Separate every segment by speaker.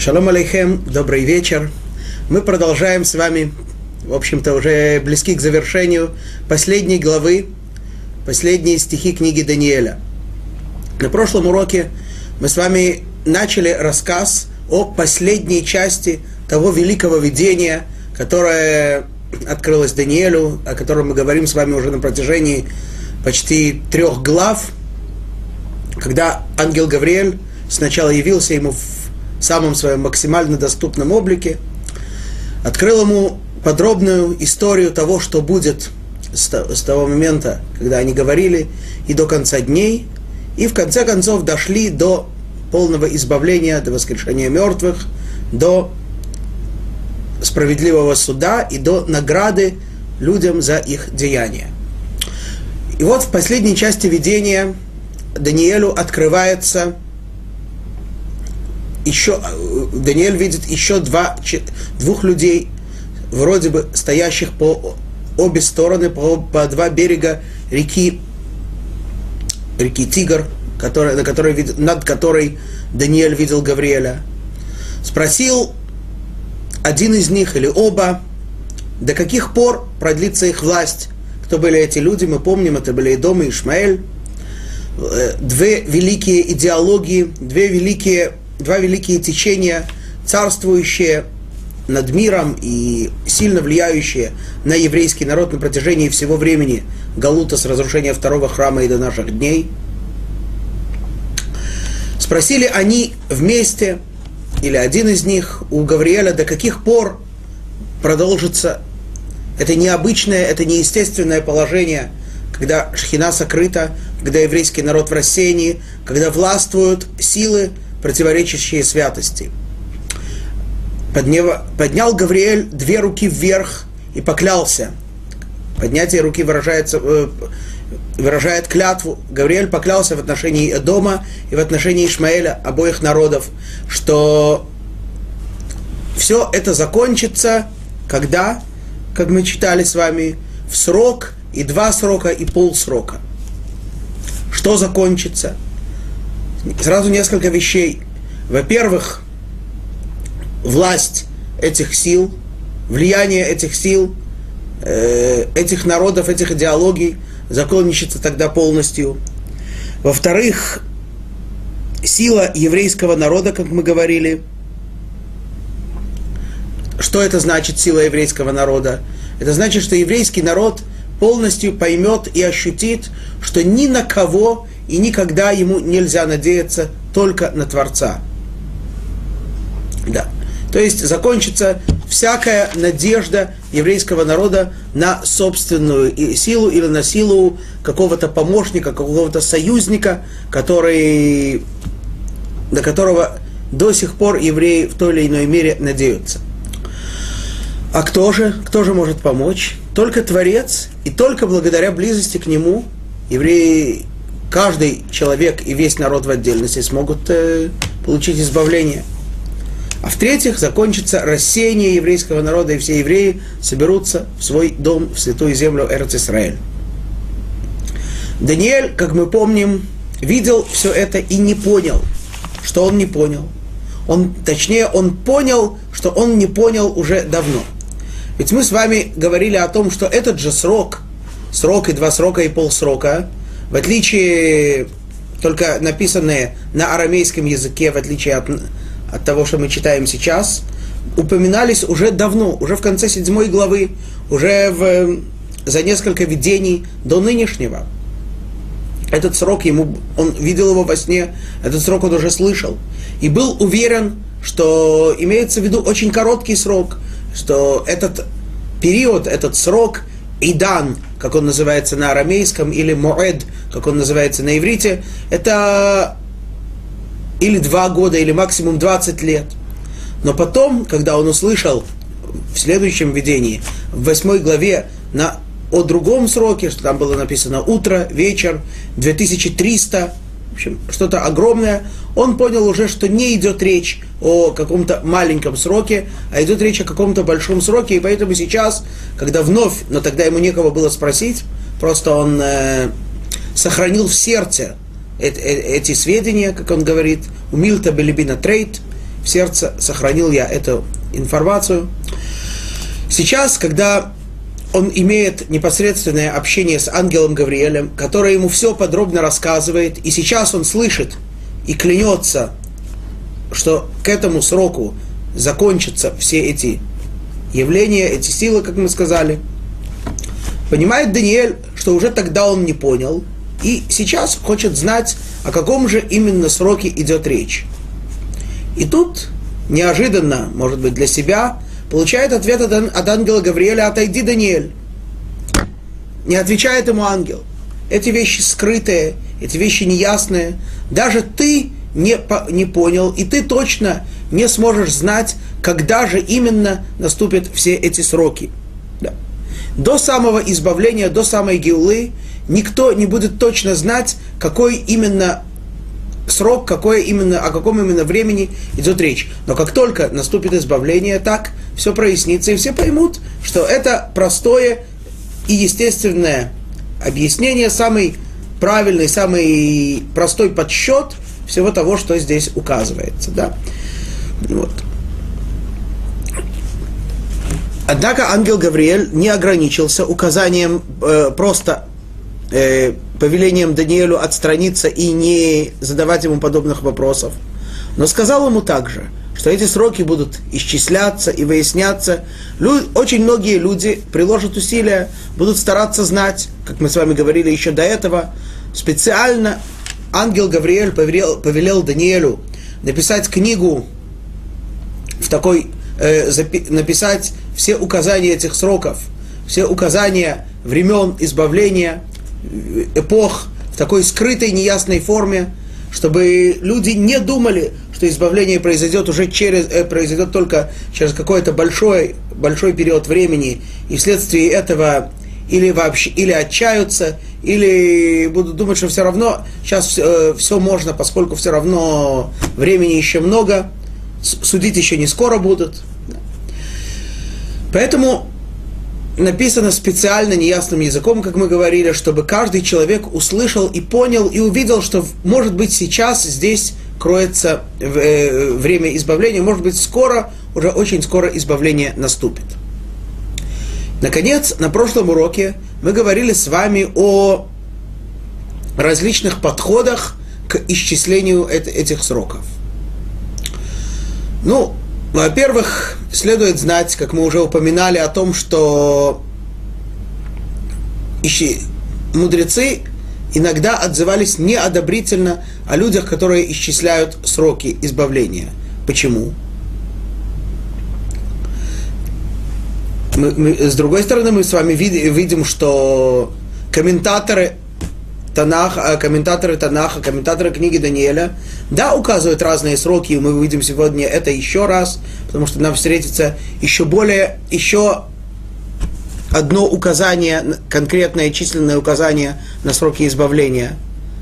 Speaker 1: Шалом алейхем, добрый вечер. Мы продолжаем с вами, в общем-то, уже близки к завершению последней главы, последние стихи книги Даниэля. На прошлом уроке мы с вами начали рассказ о последней части того великого видения, которое открылось Даниэлю, о котором мы говорим с вами уже на протяжении почти 3 глав, когда ангел Гавриэль сначала явился ему в самом своем максимально доступном облике, открыл ему подробную историю того, что будет с того момента, когда они говорили, и до конца дней, и в конце концов дошли до полного избавления, до воскрешения мертвых, до справедливого суда и до награды людям за их деяния. И вот в последней части видения Даниэлю открывается Даниэль видит еще двух людей, вроде бы стоящих по обе стороны, по 2 берега реки Тигр, над которой Даниэль видел Гавриэля. Спросил один из них или оба, до каких пор продлится их власть. Кто были эти люди, мы помним, это были Эдом и Ишмаэль. 2 великие идеологии, 2 великие течения, царствующие над миром и сильно влияющие на еврейский народ на протяжении всего времени Галута с разрушения 2-го храма и до наших дней. Спросили они вместе, или один из них, у Гавриэля, до каких пор продолжится это необычное, это неестественное положение, когда шхина сокрыта, когда еврейский народ в рассеянии, когда властвуют силы, противоречащие святости. Поднял Гавриэль 2 руки вверх и поклялся. Поднятие руки выражает клятву. Гавриэль поклялся в отношении Эдома и в отношении Ишмаэля, обоих народов, что все это закончится, когда, как мы читали с вами, в срок, и 2 срока, и полсрока. Что закончится? Сразу несколько вещей. Во-первых, власть этих сил, влияние этих сил, этих народов, этих идеологий закончится тогда полностью. Во-вторых, сила еврейского народа, как мы говорили. Что это значит, сила еврейского народа? Это значит, что еврейский народ полностью поймет и ощутит, что ни на кого и никогда ему нельзя надеяться, только на Творца. Да. То есть закончится всякая надежда еврейского народа на собственную силу или на силу какого-то помощника, какого-то союзника, на которого до сих пор евреи в той или иной мере надеются. А кто же может помочь? Только Творец, и только благодаря близости к Нему евреи, каждый человек и весь народ в отдельности смогут получить избавление. А в-третьих, закончится рассеяние еврейского народа, и все евреи соберутся в свой дом, в святую землю Эрец-Исраэль. Даниэль, как мы помним, видел все это и не понял, что он не понял. Он понял, что он не понял уже давно. Ведь мы с вами говорили о том, что этот же срок и 2 срока, и полсрока, в отличие, только написанные на арамейском языке, в отличие от того, что мы читаем сейчас, упоминались уже давно, уже в конце 7 главы, уже за несколько видений до нынешнего. Этот срок он видел его во сне, этот срок он уже слышал. И был уверен, что имеется в виду очень короткий срок, что этот период, этот срок, Идан, как он называется на арамейском, или Моэд, как он называется на иврите, это или 2 года, или максимум 20 лет. Но потом, когда он услышал в следующем видении, в 8 главе, о другом сроке, что там было написано утро, вечер, 2300, в общем, что-то огромное, он понял уже, что не идет речь о каком-то маленьком сроке, а идет речь о каком-то большом сроке, и поэтому сейчас, когда вновь, но тогда ему некого было спросить, просто он сохранил в сердце эти сведения, как он говорит, «Умильта белибина трейт», в сердце сохранил я эту информацию. Сейчас, когда он имеет непосредственное общение с ангелом Гавриэлем, который ему все подробно рассказывает, и сейчас он слышит и клянется, что к этому сроку закончатся все эти явления, эти силы, как мы сказали, понимает Даниэль, что уже тогда он не понял, и сейчас хочет знать, о каком же именно сроке идет речь. И тут, неожиданно, может быть, для себя, получает ответ от ангела Гавриэля: «Отойди, Даниэль». Не отвечает ему ангел. Эти вещи скрытые, эти вещи неясные. Даже ты не понял, и ты точно не сможешь знать, когда же именно наступят все эти сроки. Да. До самого избавления, до самой геулы никто не будет точно знать, какой именно срок, о каком именно времени идет речь. Но как только наступит избавление, так все прояснится, и все поймут, что это простое и естественное объяснение, самый правильный, самый простой подсчет всего того, что здесь указывается. Да? Вот. Однако ангел Гавриэль не ограничился указанием, просто повелением Даниэлю отстраниться и не задавать ему подобных вопросов, но сказал ему также, что эти сроки будут исчисляться и выясняться. Очень многие люди приложат усилия, будут стараться знать, как мы с вами говорили еще до этого. Специально ангел Гавриэль повелел Даниэлю написать книгу, написать все указания этих сроков, все указания времен избавления, эпох в такой скрытой, неясной форме, чтобы люди не думали, что избавление произойдет только через какой-то большой период времени, и вследствие этого или отчаются, или будут думать, что все равно сейчас все можно, поскольку все равно времени еще много, судить еще не скоро будут. Поэтому написано специально неясным языком, как мы говорили, чтобы каждый человек услышал и понял, и увидел, что, может быть, сейчас здесь кроется время избавления, может быть, скоро, уже очень скоро избавление наступит. Наконец, на прошлом уроке мы говорили с вами о различных подходах к исчислению этих сроков. Во-первых, следует знать, как мы уже упоминали, о том, что мудрецы иногда отзывались неодобрительно о людях, которые исчисляют сроки избавления. Почему? С другой стороны, мы с вами видим, что комментаторы Танаха, комментаторы книги Даниэля, да, указывают разные сроки, и мы увидим сегодня это еще раз, потому что нам встретится еще одно указание, конкретное численное указание на сроки избавления.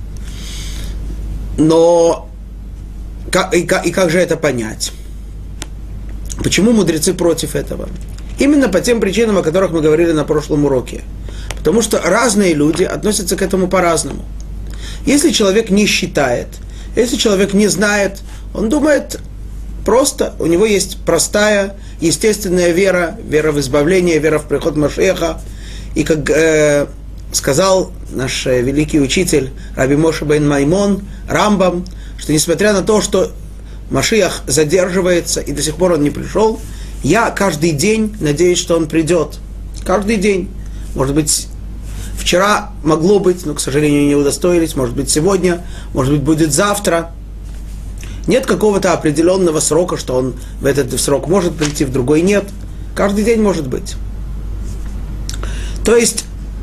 Speaker 1: Но как же это понять? Почему мудрецы против этого? Именно по тем причинам, о которых мы говорили на прошлом уроке. Потому что разные люди относятся к этому по-разному. Если человек не считает, если человек не знает, он думает просто, у него есть простая, естественная вера в избавление, вера в приход Машиаха. И как сказал наш великий учитель Раби Моше бен Маймон, Рамбам, что несмотря на то, что Машиах задерживается и до сих пор он не пришел, я каждый день надеюсь, что он придет. Каждый день. Может быть, вчера могло быть, но, к сожалению, не удостоились. Может быть, сегодня, может быть, будет завтра. Нет какого-то определенного срока, что он в этот срок может прийти, в другой нет. Каждый день может быть. То есть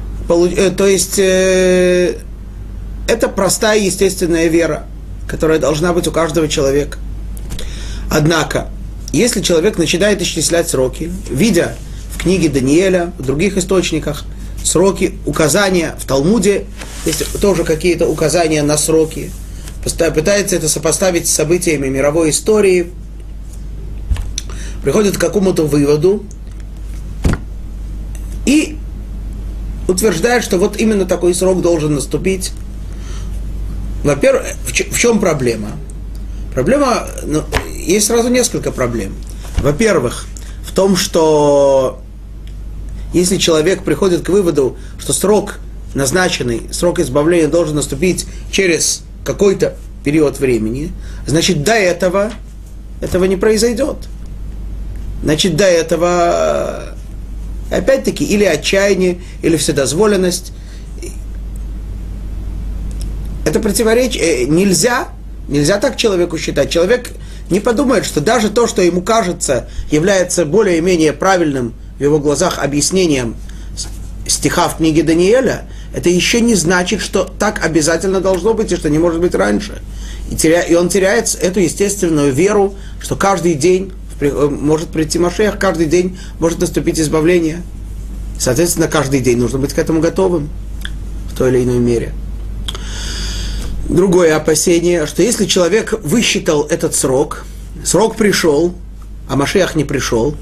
Speaker 1: это простая естественная вера, которая должна быть у каждого человека. Однако, если человек начинает исчислять сроки, видя в книге Даниэля, в других источниках, сроки, указания в Талмуде, есть тоже какие-то указания на сроки, пытается это сопоставить с событиями мировой истории, приходит к какому-то выводу и утверждает, что вот именно такой срок должен наступить. Во-первых, в чем проблема? Проблема, есть сразу несколько проблем. Во-первых, в том, что если человек приходит к выводу, что срок назначенный, срок избавления должен наступить через какой-то период времени, значит, до этого не произойдет. Значит, до этого, опять-таки, или отчаяние, или вседозволенность. Это противоречие. Нельзя так человеку считать. Человек не подумает, что даже то, что ему кажется, является более-менее правильным в его глазах объяснением стиха в книге Даниэля, это еще не значит, что так обязательно должно быть и что не может быть раньше. И он теряет эту естественную веру, что каждый день может прийти Машиах, каждый день может наступить избавление. Соответственно, каждый день нужно быть к этому готовым в той или иной мере. Другое опасение, что если человек высчитал этот срок пришел, а Машиах не пришел,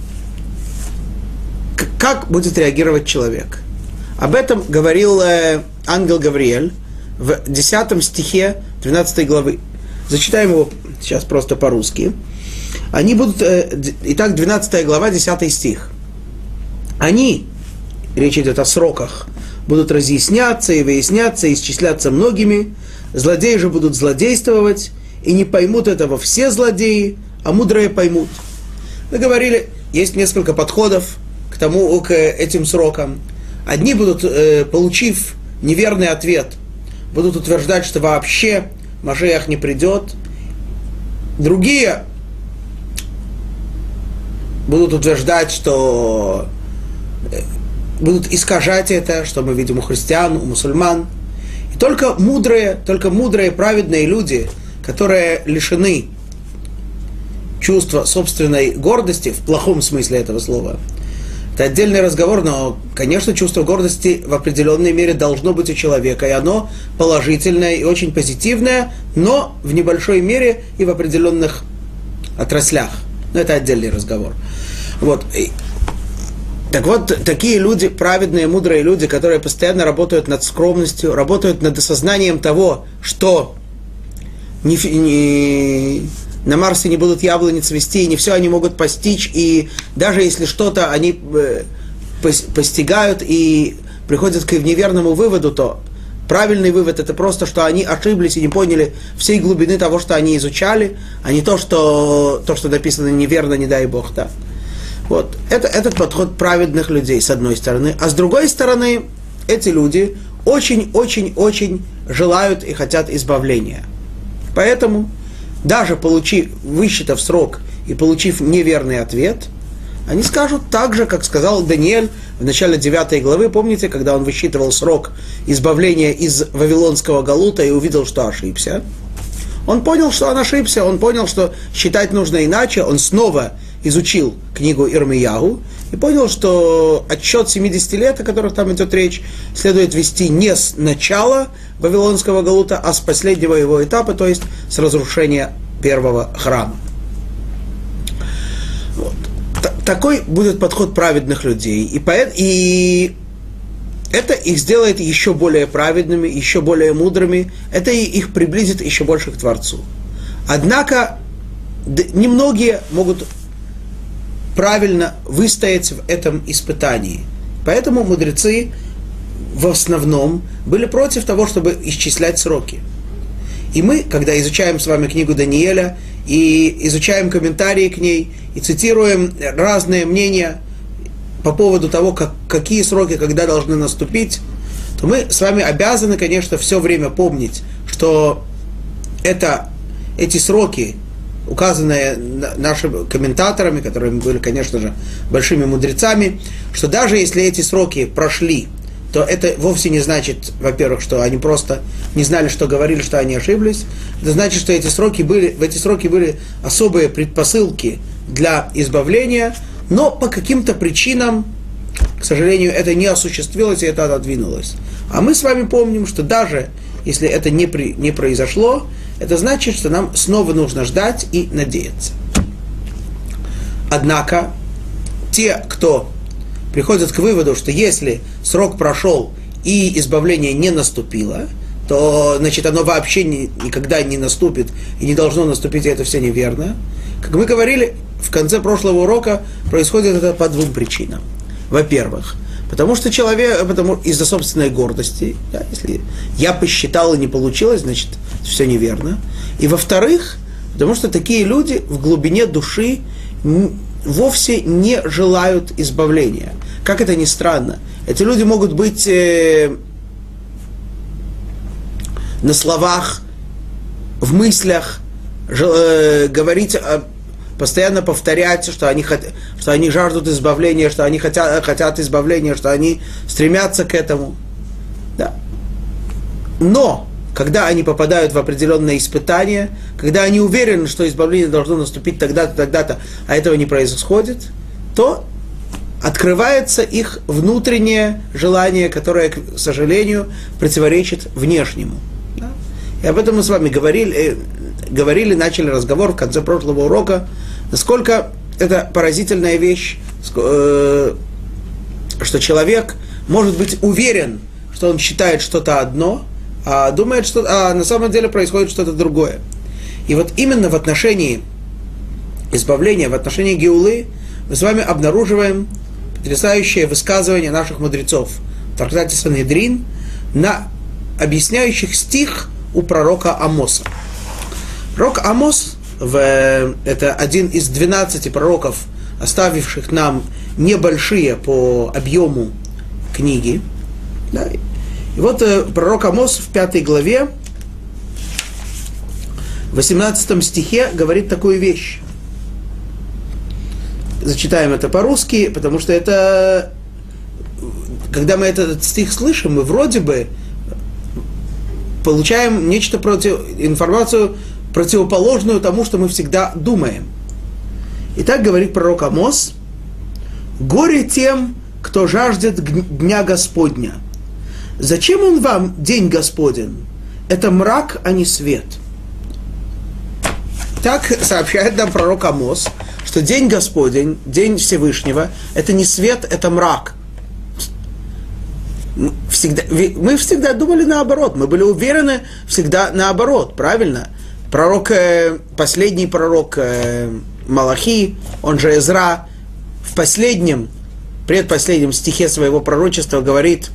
Speaker 1: как будет реагировать человек? Об этом говорил ангел Гавриэль в 10 стихе 12 главы. Зачитаем его сейчас просто по-русски. Они будут, итак, 12 глава, 10 стих. Они, речь идет о сроках, будут разъясняться и выясняться, и исчисляться многими, злодеи же будут злодействовать, и не поймут этого все злодеи, а мудрые поймут. Мы говорили, есть несколько подходов к этим срокам. Одни будут, получив неверный ответ, будут утверждать, что вообще Машиах не придет. Другие будут утверждать, что будут искажать это, что мы видим у христиан, у мусульман. И только мудрые, праведные люди, которые лишены чувства собственной гордости, в плохом смысле этого слова, это отдельный разговор, но, конечно, чувство гордости в определенной мере должно быть у человека, и оно положительное и очень позитивное, но в небольшой мере и в определенных отраслях. Но это отдельный разговор. Вот. Так вот, такие люди, праведные, мудрые люди, которые постоянно работают над скромностью, работают над осознанием того, что на Марсе не будут яблони цвести, и не все они могут постичь, и даже если что-то они постигают и приходят к неверному выводу, то правильный вывод – это просто, что они ошиблись и не поняли всей глубины того, что они изучали, а не то, что написано неверно, не дай Бог, да. Вот. Этот подход праведных людей, с одной стороны. А с другой стороны, эти люди очень-очень-очень желают и хотят избавления. Поэтому, даже высчитав срок и получив неверный ответ, они скажут так же, как сказал Даниэль в начале 9 главы. Помните, когда он высчитывал срок избавления из Вавилонского галута и увидел, что ошибся? Он понял, что он ошибся, он понял, что считать нужно иначе, он снова изучил книгу Ирмияху и понял, что отсчет 70 лет, о которых там идет речь, следует вести не с начала Вавилонского галута, а с последнего его этапа, то есть с разрушения первого храма. Вот. Такой будет подход праведных людей. И это их сделает еще более праведными, еще более мудрыми, это их приблизит еще больше к Творцу. Однако немногие могут правильно выстоять в этом испытании. Поэтому мудрецы в основном были против того, чтобы исчислять сроки. И мы, когда изучаем с вами книгу Даниэля, и изучаем комментарии к ней, и цитируем разные мнения по поводу того, какие сроки, когда должны наступить, то мы с вами обязаны, конечно, все время помнить, что эти сроки, указанные нашими комментаторами, которые были, конечно же, большими мудрецами, что даже если эти сроки прошли, то это вовсе не значит, во-первых, что они просто не знали, что говорили, что они ошиблись. Это значит, что в эти сроки были особые предпосылки для избавления, но по каким-то причинам, к сожалению, это не осуществилось и это отодвинулось. А мы с вами помним, что даже если это не произошло, это значит, что нам снова нужно ждать и надеяться. Однако, те, кто приходят к выводу, что если срок прошел и избавление не наступило, то, значит, оно вообще никогда не наступит и не должно наступить, и это все неверно. Как мы говорили в конце прошлого урока, происходит это по двум причинам. Во-первых, потому что человек, из-за собственной гордости, да, если я посчитал и не получилось, значит, все неверно. И во-вторых, потому что такие люди в глубине души вовсе не желают избавления. Как это ни странно. Эти люди могут быть на словах, в мыслях, говорить, постоянно повторять, что они жаждут избавления, что они хотят избавления, что они стремятся к этому. Да. Но, когда они попадают в определенное испытание, когда они уверены, что избавление должно наступить тогда-то, тогда-то, а этого не происходит, то открывается их внутреннее желание, которое, к сожалению, противоречит внешнему. Да? И об этом мы с вами говорили, начали разговор в конце прошлого урока, насколько это поразительная вещь, что человек может быть уверен, что он считает что-то одно, а думает, что на самом деле происходит что-то другое. И вот именно в отношении избавления, в отношении геулы, мы с вами обнаруживаем потрясающее высказывание наших мудрецов в трактате Санедрин, объясняющих стих у пророка Амоса. Пророк Амос, это один из 12 пророков, оставивших нам небольшие по объему книги. Да. И вот пророк Амос в 5 главе, в 18 стихе говорит такую вещь. Зачитаем это по-русски, потому что это, когда мы этот стих слышим, мы вроде бы получаем информацию противоположную тому, что мы всегда думаем. Итак, говорит пророк Амос: «Горе тем, кто жаждет дня Господня. Зачем он вам, день Господень? Это мрак, а не свет». Так сообщает нам пророк Амос, что день Господень, день Всевышнего, это не свет, это мрак. Мы всегда думали наоборот, мы были уверены всегда наоборот, правильно? Последний пророк Малахи, он же Эзра, в предпоследнем стихе своего пророчества говорит: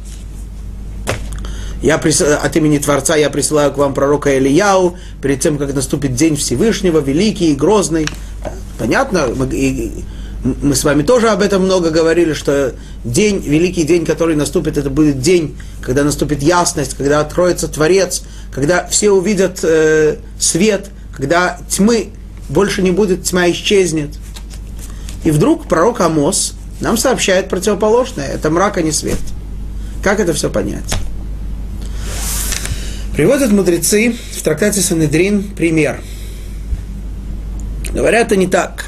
Speaker 1: от имени Творца я присылаю к вам пророка Элияу, перед тем, как наступит день Всевышнего, великий и грозный. Понятно, мы с вами тоже об этом много говорили, что великий день, который наступит, это будет день, когда наступит ясность, когда откроется Творец, когда все увидят свет, когда тьмы больше не будет, тьма исчезнет. И вдруг пророк Амос нам сообщает противоположное. Это мрак, а не свет. Как это все понять? Приводят мудрецы в трактате Санедрин пример. Говорят, это не так.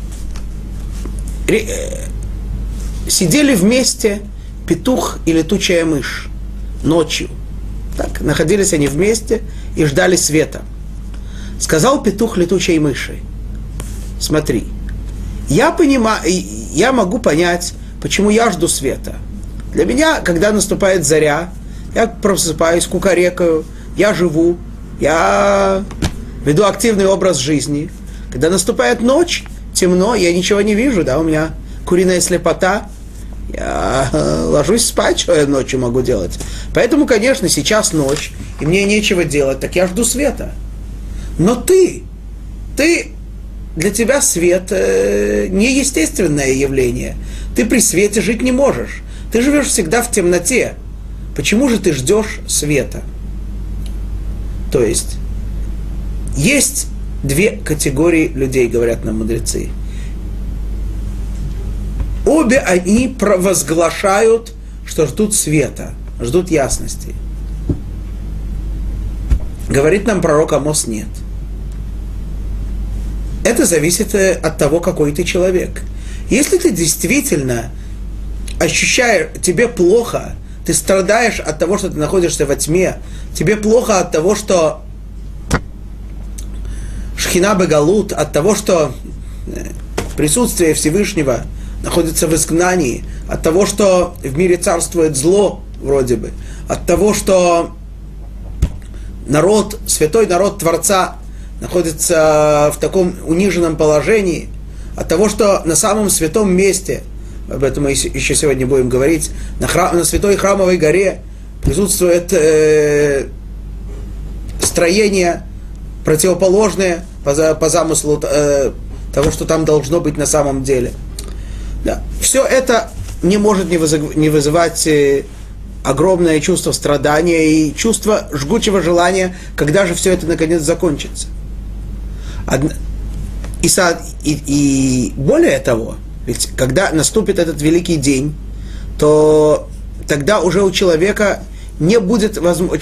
Speaker 1: Сидели вместе петух и летучая мышь ночью. Так, находились они вместе и ждали света. Сказал петух летучей мыши: смотри, я могу понять, почему я жду света. Для меня, когда наступает заря, я просыпаюсь, кукарекаю, я живу, я веду активный образ жизни. Когда наступает ночь, темно, я ничего не вижу, да, у меня куриная слепота, я ложусь спать, что я ночью могу делать. Поэтому, конечно, сейчас ночь, и мне нечего делать, так я жду света. Но для тебя свет неестественное явление. Ты при свете жить не можешь. Ты живешь всегда в темноте. Почему же ты ждешь света? То есть две категории людей, говорят нам мудрецы. Обе они провозглашают, что ждут света, ждут ясности. Говорит нам пророк Амос: нет. Это зависит от того, какой ты человек. Если ты действительно ощущаешь, тебе плохо, ты страдаешь от того, что ты находишься во тьме, тебе плохо от того, что Шхина Бегалут, от того, что присутствие Всевышнего находится в изгнании, от того, что в мире царствует зло, вроде бы, от того, что святой народ Творца находится в таком униженном положении, от того, что на самом святом месте, об этом мы еще сегодня будем говорить, на святой храмовой горе присутствует строение противоположное по замыслу того, что там должно быть на самом деле. Да. Все это не может не вызывать огромное чувство страдания и чувство жгучего желания, когда же все это наконец закончится. И более того, ведь когда наступит этот великий день, то тогда уже у человека не будет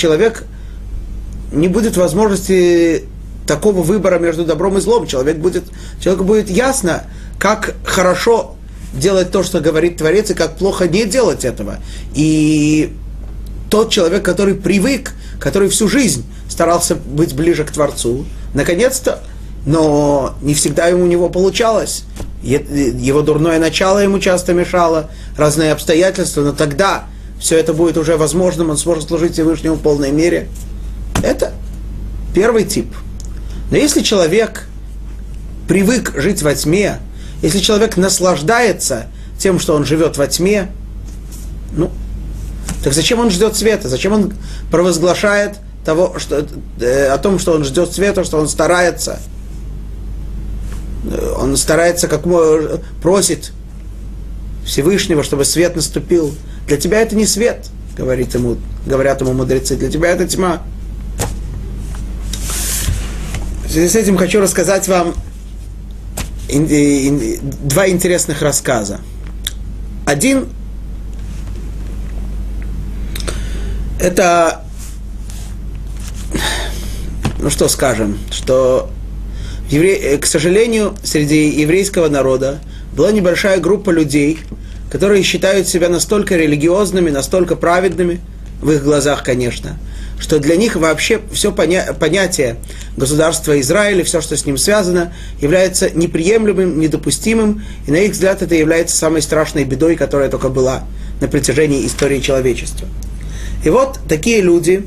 Speaker 1: возможности такого выбора между добром и злом. Человеку будет ясно, как хорошо делать то, что говорит Творец, и как плохо не делать этого. И тот человек, который привык, который всю жизнь старался быть ближе к Творцу, наконец-то, но не всегда у него получалось. Его дурное начало ему часто мешало, разные обстоятельства, но тогда все это будет уже возможным, он сможет служить Всевышнему в полной мере. Это первый тип. Но если человек привык жить во тьме, если человек наслаждается тем, что он живет во тьме, так зачем он ждет света? Зачем он провозглашает о том, что он ждет света, что он старается? Он старается, просит Всевышнего, чтобы свет наступил. Для тебя это не свет, говорят ему мудрецы, для тебя это тьма. В связи с этим хочу рассказать вам два интересных рассказа. Один – это, что, к сожалению, среди еврейского народа была небольшая группа людей, которые считают себя настолько религиозными, настолько праведными, в их глазах, конечно, что для них вообще все понятие государства Израиля, все, что с ним связано, является неприемлемым, недопустимым, и на их взгляд это является самой страшной бедой, которая только была на протяжении истории человечества. И вот такие люди,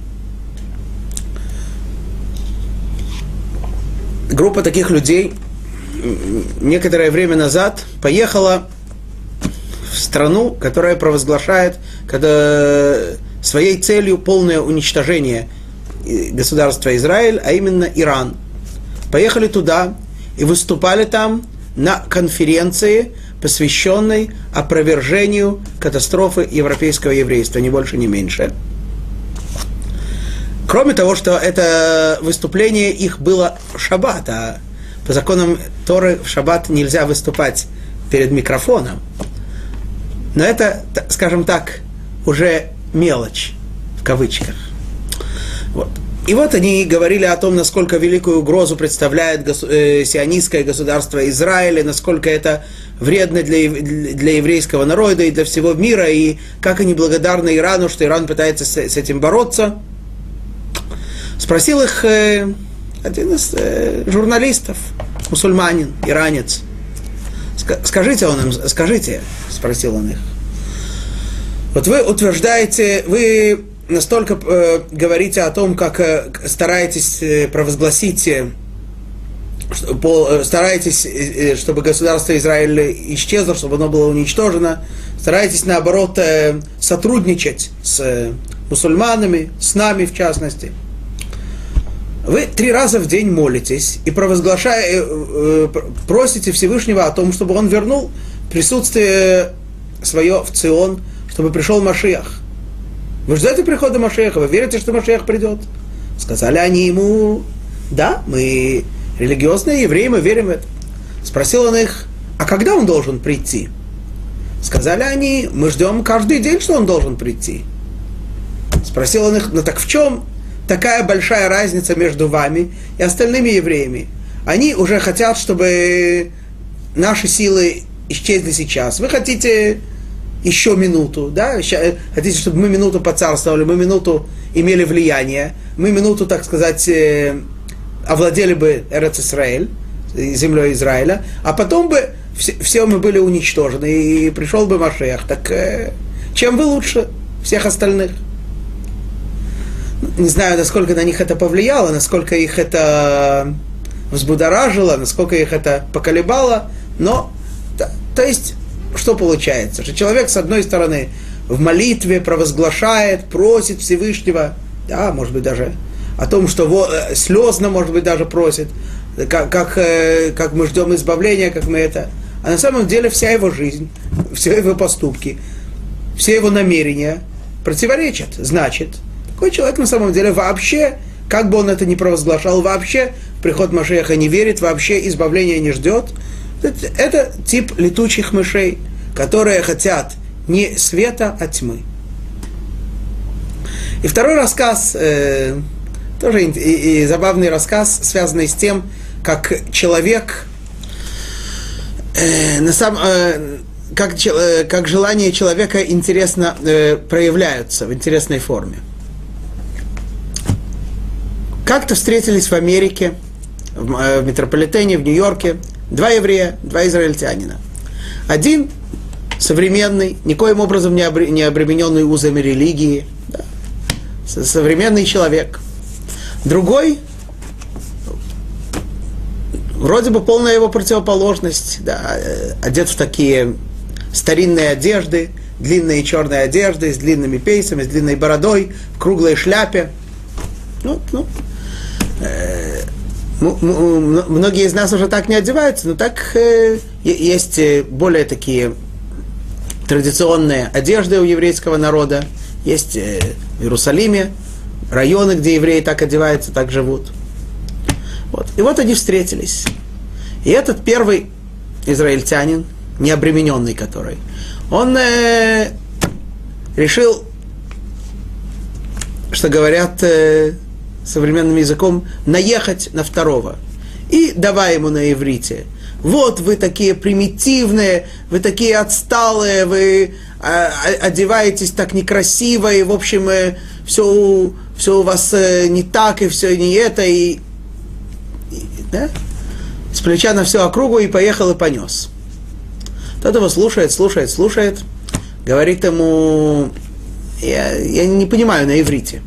Speaker 1: группа таких людей некоторое время назад поехала в страну, которая провозглашает своей целью полное уничтожение государства Израиль, а именно Иран. Поехали туда и выступали там на конференции, посвященной опровержению катастрофы европейского еврейства, ни больше, ни меньше. Кроме того, что это выступление их было в шаббат, а по законам Торы в шаббат нельзя выступать перед микрофоном. Но это, скажем так, уже мелочь, в кавычках. Вот. И вот они говорили о том, насколько великую угрозу представляет сионистское государство Израиля, насколько это вредно для еврейского народа и для всего мира, и как они благодарны Ирану, что Иран пытается с этим бороться. Спросил их один из журналистов, мусульманин, иранец. Скажите, спросил он их. Вот вы утверждаете, вы настолько говорите о том, как стараетесь провозгласить, стараетесь, чтобы государство Израиля исчезло, чтобы оно было уничтожено, стараетесь, наоборот, сотрудничать с мусульманами, с нами в частности. Вы 3 раза в день молитесь и просите Всевышнего о том, чтобы он вернул присутствие свое в Цион, чтобы пришел Машиах. Вы ждете прихода Машиаха? Вы верите, что Машиах придет? Сказали они ему: да, мы религиозные евреи, мы верим в это. Спросил он их: а когда он должен прийти? Сказали они: мы ждем каждый день, что он должен прийти. Спросил он их: ну так в чем такая большая разница между вами и остальными евреями? Они уже хотят, чтобы наши силы исчезли сейчас. Вы хотите еще минуту, да? Хотите, чтобы мы минуту поцарствовали, мы минуту имели влияние, мы минуту, так сказать, овладели бы Эрец-Исраэль, землей Израиля, а потом бы все мы были уничтожены, и пришел бы Машиах. Так чем вы лучше всех остальных? Не знаю, насколько на них это повлияло, насколько их это взбудоражило, насколько их это поколебало, но, то есть, что получается? Что человек, с одной стороны, в молитве провозглашает, просит Всевышнего, да, может быть, даже о том, что слезно, может быть, даже просит, как мы ждем избавления, как мы это. А на самом деле вся его жизнь, все его поступки, все его намерения противоречат. Значит, такой человек на самом деле вообще, как бы он это ни провозглашал, вообще в приход Машиаха не верит, вообще избавления не ждет. Это тип летучих мышей, которые хотят не света, а тьмы. И второй рассказ, тоже и забавный рассказ, связанный с тем, как человек, как желания человека интересно проявляются в интересной форме. Как-то встретились в Америке, в метрополитене, в Нью-Йорке, два еврея, два израильтянина. Один современный, никоим образом не обремененный узами религии, да, современный человек. Другой, вроде бы полная его противоположность, да, одет в такие старинные одежды, длинные черные одежды, с длинными пейсами, с длинной бородой, в круглой шляпе. Многие из нас уже так не одеваются, но так есть более такие традиционные одежды у еврейского народа. Есть в Иерусалиме районы, где евреи так одеваются, так живут. Вот. И вот они встретились. И этот первый израильтянин, необремененный который, он решил, что говорят современным языком, наехать на второго. И давай ему на иврите: вот вы такие примитивные, вы такие отсталые, вы одеваетесь так некрасиво, и в общем все у вас не так, и все не это, и да? С плеча на всю округу и поехал и понес. Тот его слушает, говорит ему: я не понимаю на иврите.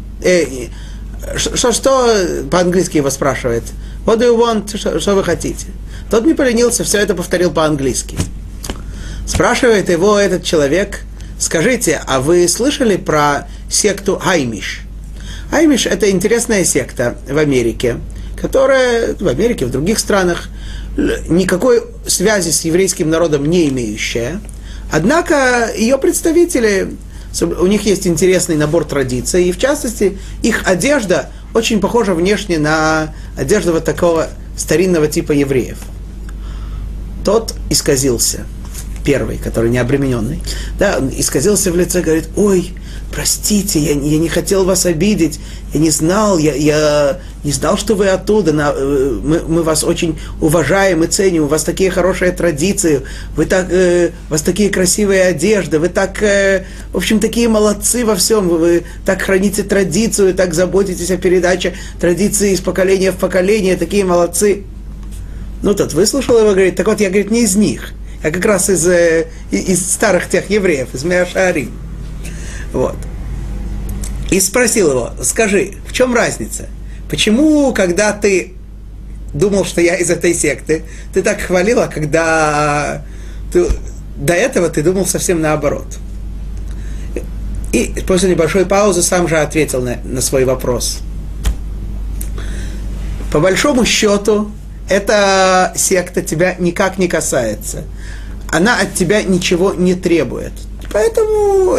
Speaker 1: Что по-английски его спрашивает? What do you want? Что вы хотите? Тот не поленился, все это повторил по-английски. Спрашивает его этот человек: скажите, а вы слышали про секту Аймиш? Аймиш — это интересная секта в Америке, которая в Америке, в других странах никакой связи с еврейским народом не имеющая. Однако ее представители, у них есть интересный набор традиций, и в частности их одежда очень похожа внешне на одежду вот такого старинного типа евреев. Тот исказился, первый, который не обремененный, да, он исказился в лице, говорит: ой, простите, я не хотел вас обидеть, я не знал, я не знал, что вы оттуда, мы вас очень уважаем и ценим, у вас такие хорошие традиции, у вас такие красивые одежды, вы так, в общем, такие молодцы во всем, вы так храните традицию, так заботитесь о передаче традиции из поколения в поколение, такие молодцы. Ну, тот выслушал его, говорит: так вот, я, говорит, не из них, я как раз из старых тех евреев, из Меа-Шаарим. Вот. И спросил его: скажи, в чем разница? Почему, когда ты думал, что я из этой секты, ты так хвалил, а когда до этого ты думал совсем наоборот? И после небольшой паузы сам же ответил на свой вопрос. По большому счету, эта секта тебя никак не касается. Она от тебя ничего не требует. Поэтому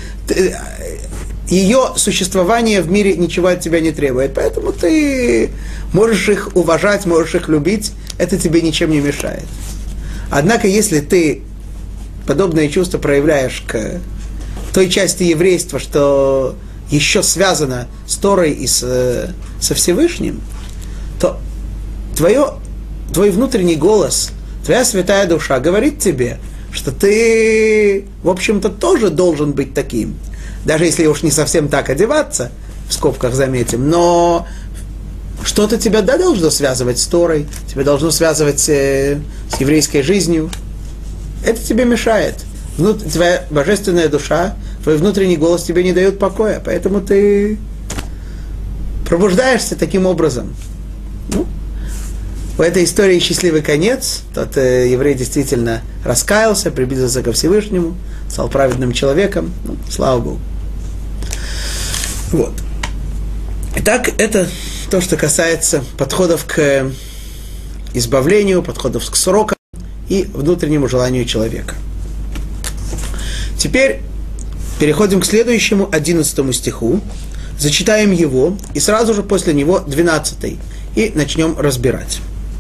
Speaker 1: ее существование в мире ничего от тебя не требует. Поэтому ты можешь их уважать, можешь их любить, это тебе ничем не мешает. Однако, если ты подобные чувства проявляешь к той части еврейства, что еще связана с Торой и со Всевышним, то твой внутренний голос, твоя святая душа говорит тебе, что ты, в общем-то, тоже должен быть таким. Даже если уж не совсем так одеваться, в скобках заметим, но что-то тебя, да, должно связывать с Торой, тебя должно связывать с еврейской жизнью. Это тебе мешает. Твоя божественная душа, твой внутренний голос тебе не дает покоя, поэтому ты пробуждаешься таким образом. Ну, в этой истории счастливый конец. Тот еврей действительно раскаялся, приблизился ко Всевышнему, стал праведным человеком. Ну, слава Богу. Вот. Итак, это то, что касается подходов к избавлению, подходов к срокам и внутреннему желанию человека. Теперь переходим к следующему, 11 стиху. Зачитаем его, и сразу же после него 12, и начнем разбирать.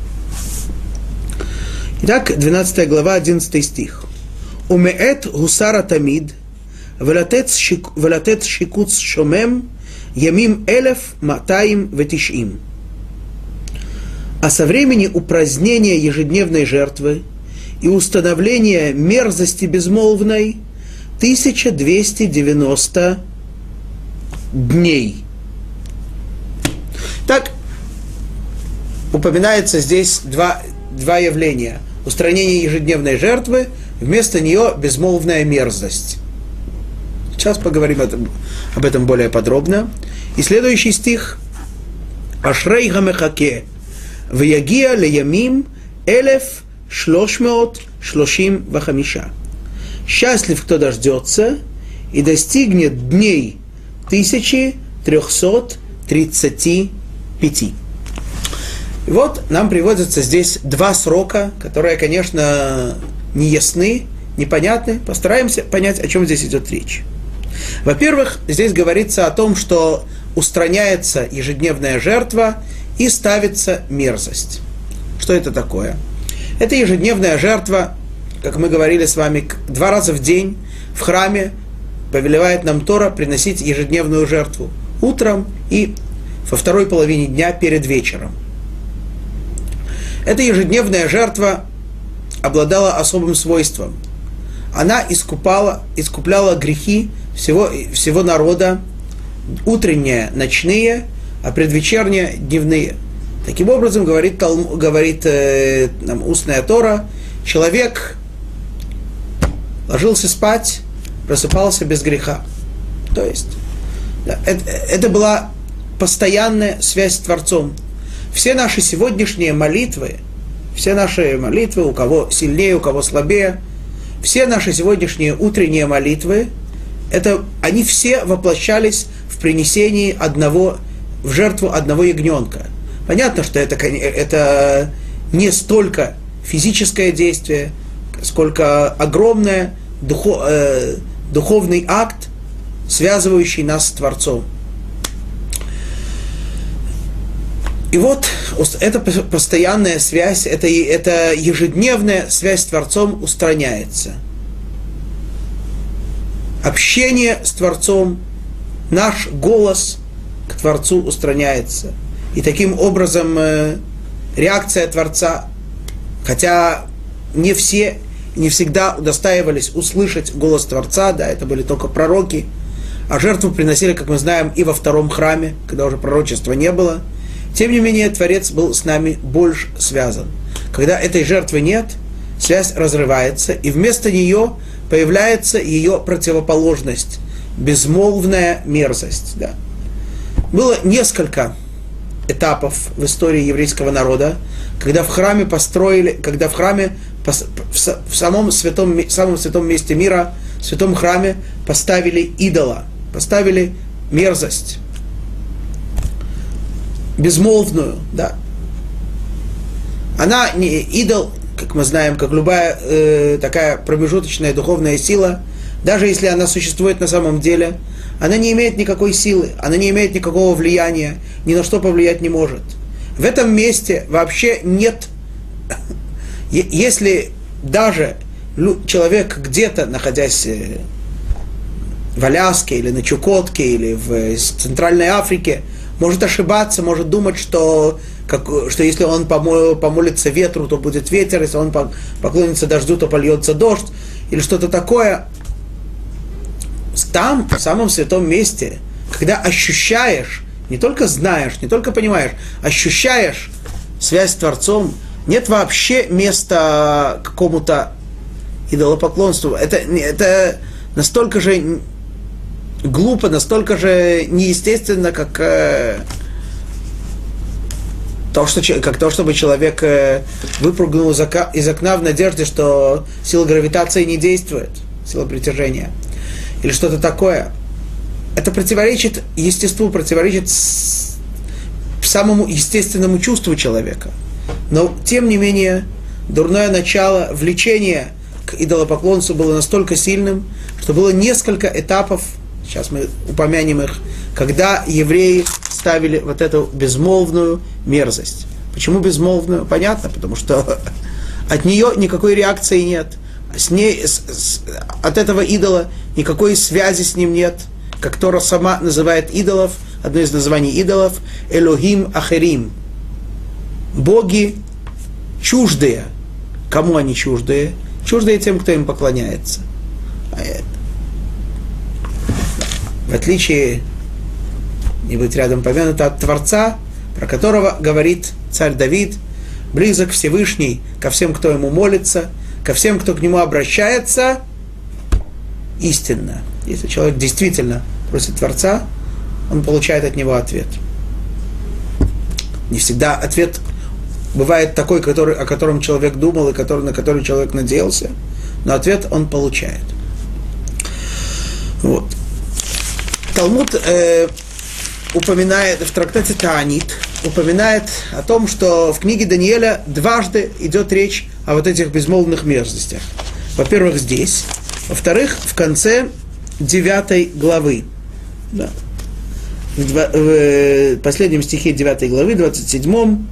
Speaker 1: Итак, 12 глава, 11 стих. «Умеэт гусара тамид, велатет шикуц шомем, ямим элев матаим ветишим». А со времени упразднения ежедневной жертвы и установления мерзости безмолвной 1290 дней. Так, упоминается здесь два явления. Устранение ежедневной жертвы, вместо нее безмолвная мерзость. Сейчас поговорим об этом более подробно. И следующий стих. «Ашрей гамехаке, ваягия леямим 1335». Счастлив, кто дождется и достигнет дней 1335. И вот нам приводятся здесь два срока, которые, конечно, не ясны, непонятны. Постараемся понять, о чем здесь идет речь. Во-первых, здесь говорится о том, что устраняется ежедневная жертва и ставится мерзость. Что это такое? Это ежедневная жертва, как мы говорили с вами, 2 раза в день в храме повелевает нам Тора приносить ежедневную жертву утром и во второй половине дня перед вечером. Эта ежедневная жертва обладала особым свойством. Она искупляла грехи всего народа, утренние, ночные, а предвечерние, дневные. Таким образом, говорит нам устная Тора, человек ложился спать, просыпался без греха. То есть, да, это была постоянная связь с Творцом. Все наши сегодняшние молитвы, у кого сильнее, у кого слабее, все наши сегодняшние утренние молитвы, они все воплощались в принесении в жертву одного ягненка. Понятно, что это не столько физическое действие, сколько огромное духовный акт, связывающий нас с Творцом. И вот эта постоянная связь, эта ежедневная связь с Творцом устраняется. Общение с Творцом, наш голос к Творцу устраняется. И таким образом реакция Творца, хотя не всегда удостаивались услышать голос Творца, да, это были только пророки, а жертву приносили, как мы знаем, и во втором храме, когда уже пророчества не было. Тем не менее, Творец был с нами больше связан. Когда этой жертвы нет, связь разрывается, и вместо нее появляется ее противоположность, безмолвная мерзость. Да. Было несколько этапов в истории еврейского народа, когда в храме в самом святом месте мира, в святом храме поставили идола, поставили мерзость, безмолвную, да. Она не идол, как мы знаем, как любая такая промежуточная духовная сила, даже если она существует на самом деле, она не имеет никакой силы, она не имеет никакого влияния, ни на что повлиять не может. В этом месте вообще нет, если даже человек где-то, находясь в Аляске или на Чукотке или в Центральной Африке, может ошибаться, может думать, что если он помолится ветру, то будет ветер, если он поклонится дождю, то польется дождь, или что-то такое. Там, в самом святом месте, когда ощущаешь, не только знаешь, не только понимаешь, ощущаешь связь с Творцом, нет вообще места какому-то идолопоклонству. Это настолько же глупо, настолько же неестественно, как Как то, чтобы человек выпрыгнул из окна в надежде, что сила гравитации не действует, сила притяжения, или что-то такое. Это противоречит естеству, противоречит самому естественному чувству человека. Но, тем не менее, дурное начало, влечение к идолопоклонству было настолько сильным, что было несколько этапов, сейчас мы упомянем их, когда евреи ставили вот эту безмолвную мерзость. Почему безмолвную? Понятно, потому что от нее никакой реакции нет. От этого идола никакой связи с ним нет. Как Тора сама называет идолов, одно из названий идолов, Элохим Ахерим. Боги чуждые. Кому они чуждые? Чуждые тем, кто им поклоняется. В отличие, не быть рядом помянуто, от Творца, про которого говорит царь Давид, близок Всевышний ко всем, кто ему молится, ко всем, кто к нему обращается, истинно. Если человек действительно просит Творца, он получает от него ответ. Не всегда ответ бывает такой, о котором человек думал и на который человек надеялся, но ответ он получает. Вот. Талмуд упоминает в трактате Таанит, упоминает о том, что в книге Даниэля дважды идет речь о вот этих безмолвных мерзостях. Во-первых, здесь. Во-вторых, в конце 9 главы. Да. В последнем стихе 9 главы, 27-м,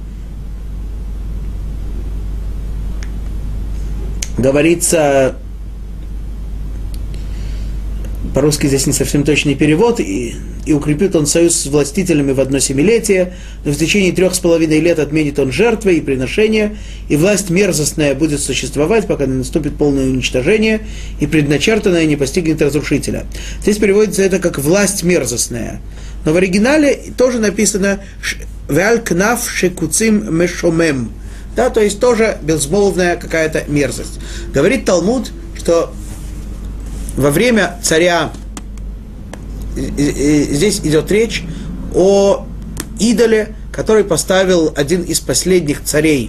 Speaker 1: говорится, по-русски здесь не совсем точный перевод, и укрепит он союз с властителями в одно семилетие, но в течение 3,5 лет отменит он жертвы и приношения, и власть мерзостная будет существовать, пока не наступит полное уничтожение, и предначертанное не постигнет разрушителя. Здесь переводится это как власть мерзостная. Но в оригинале тоже написано «Веаль кнаф шекуцим мешомем». Да, то есть тоже безмолвная какая-то мерзость. Говорит Талмуд, что во время царя, здесь идет речь о идоле, который поставил один из последних царей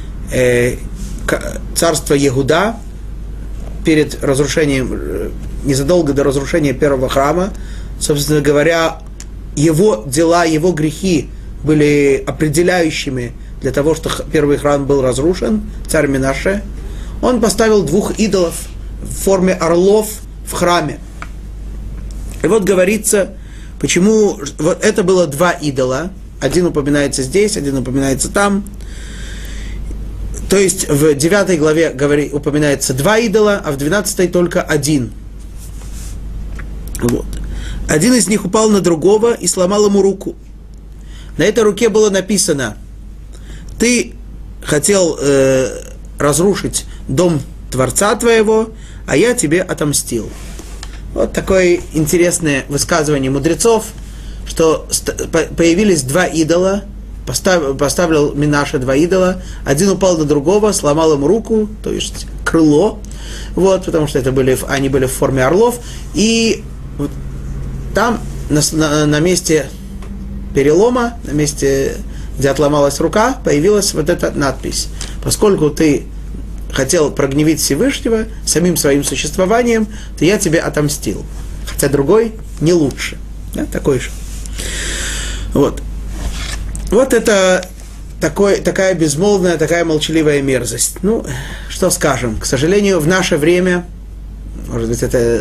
Speaker 1: царства Егуда перед разрушением, незадолго до разрушения первого храма. Собственно говоря, его дела, его грехи были определяющими для того, что первый храм был разрушен, царь Менаше. Он поставил 2 идолов в форме орлов в храме. И вот говорится, почему вот это было 2 идола. Один упоминается здесь, один упоминается там. То есть в 9 главе упоминается 2 идола, а в 12 только 1. Вот. Один из них упал на другого и сломал ему руку. На этой руке было написано: ты хотел разрушить дом Творца твоего, а я тебе отомстил. Вот такое интересное высказывание мудрецов, что появились 2 идола, поставил Менаше 2 идола, один упал на другого, сломал ему руку, то есть крыло, вот, потому что они были в форме орлов, и вот там на месте перелома, на месте, где отломалась рука, появилась вот эта надпись: поскольку ты хотел прогневить Всевышнего самим своим существованием, то я тебе отомстил. Хотя другой не лучше. Да, такой же. Вот. Вот это такая безмолвная, такая молчаливая мерзость. Ну, что скажем. К сожалению, в наше время, может быть, это...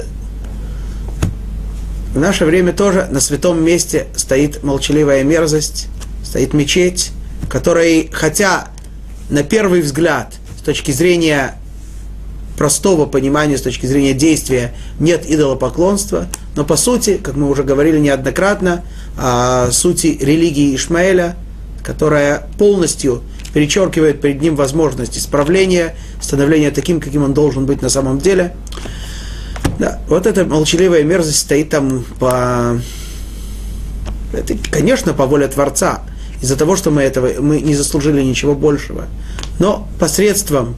Speaker 1: В наше время тоже на святом месте стоит молчаливая мерзость, стоит мечеть, в которой, хотя на первый взгляд, с точки зрения простого понимания, с точки зрения действия, нет идолопоклонства, но по сути, как мы уже говорили неоднократно, о сути религии Ишмаэля, которая полностью перечеркивает перед ним возможность исправления, становления таким, каким он должен быть на самом деле. Да, вот эта молчаливая мерзость стоит там это, конечно, по воле Творца, из-за того, что мы не заслужили ничего большего. Но посредством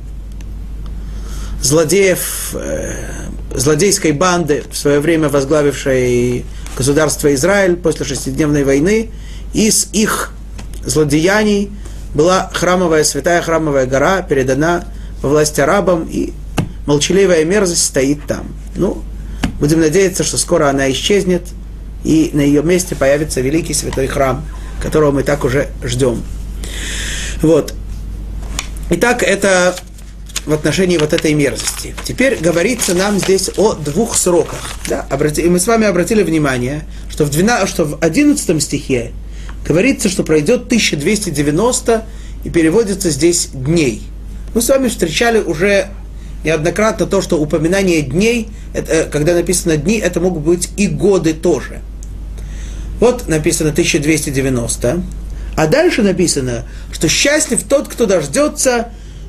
Speaker 1: злодейской банды, в свое время возглавившей государство Израиль после 6-дневной войны, из их злодеяний была храмовая, святая храмовая гора, передана во власть арабам, и молчаливая мерзость стоит там. Ну, будем надеяться, что скоро она исчезнет, и на ее месте появится великий святой храм, которого мы так уже ждем. Вот. Итак, это в отношении вот этой мерзости. Теперь говорится нам здесь о двух сроках. Да? И мы с вами обратили внимание, что в 11 стихе говорится, что пройдет 1290, и переводится здесь дней. Мы с вами встречали уже неоднократно то, что упоминание дней, когда написано дни, это могут быть и годы тоже. Вот написано 1290, а дальше написано, что счастлив тот, кто дождется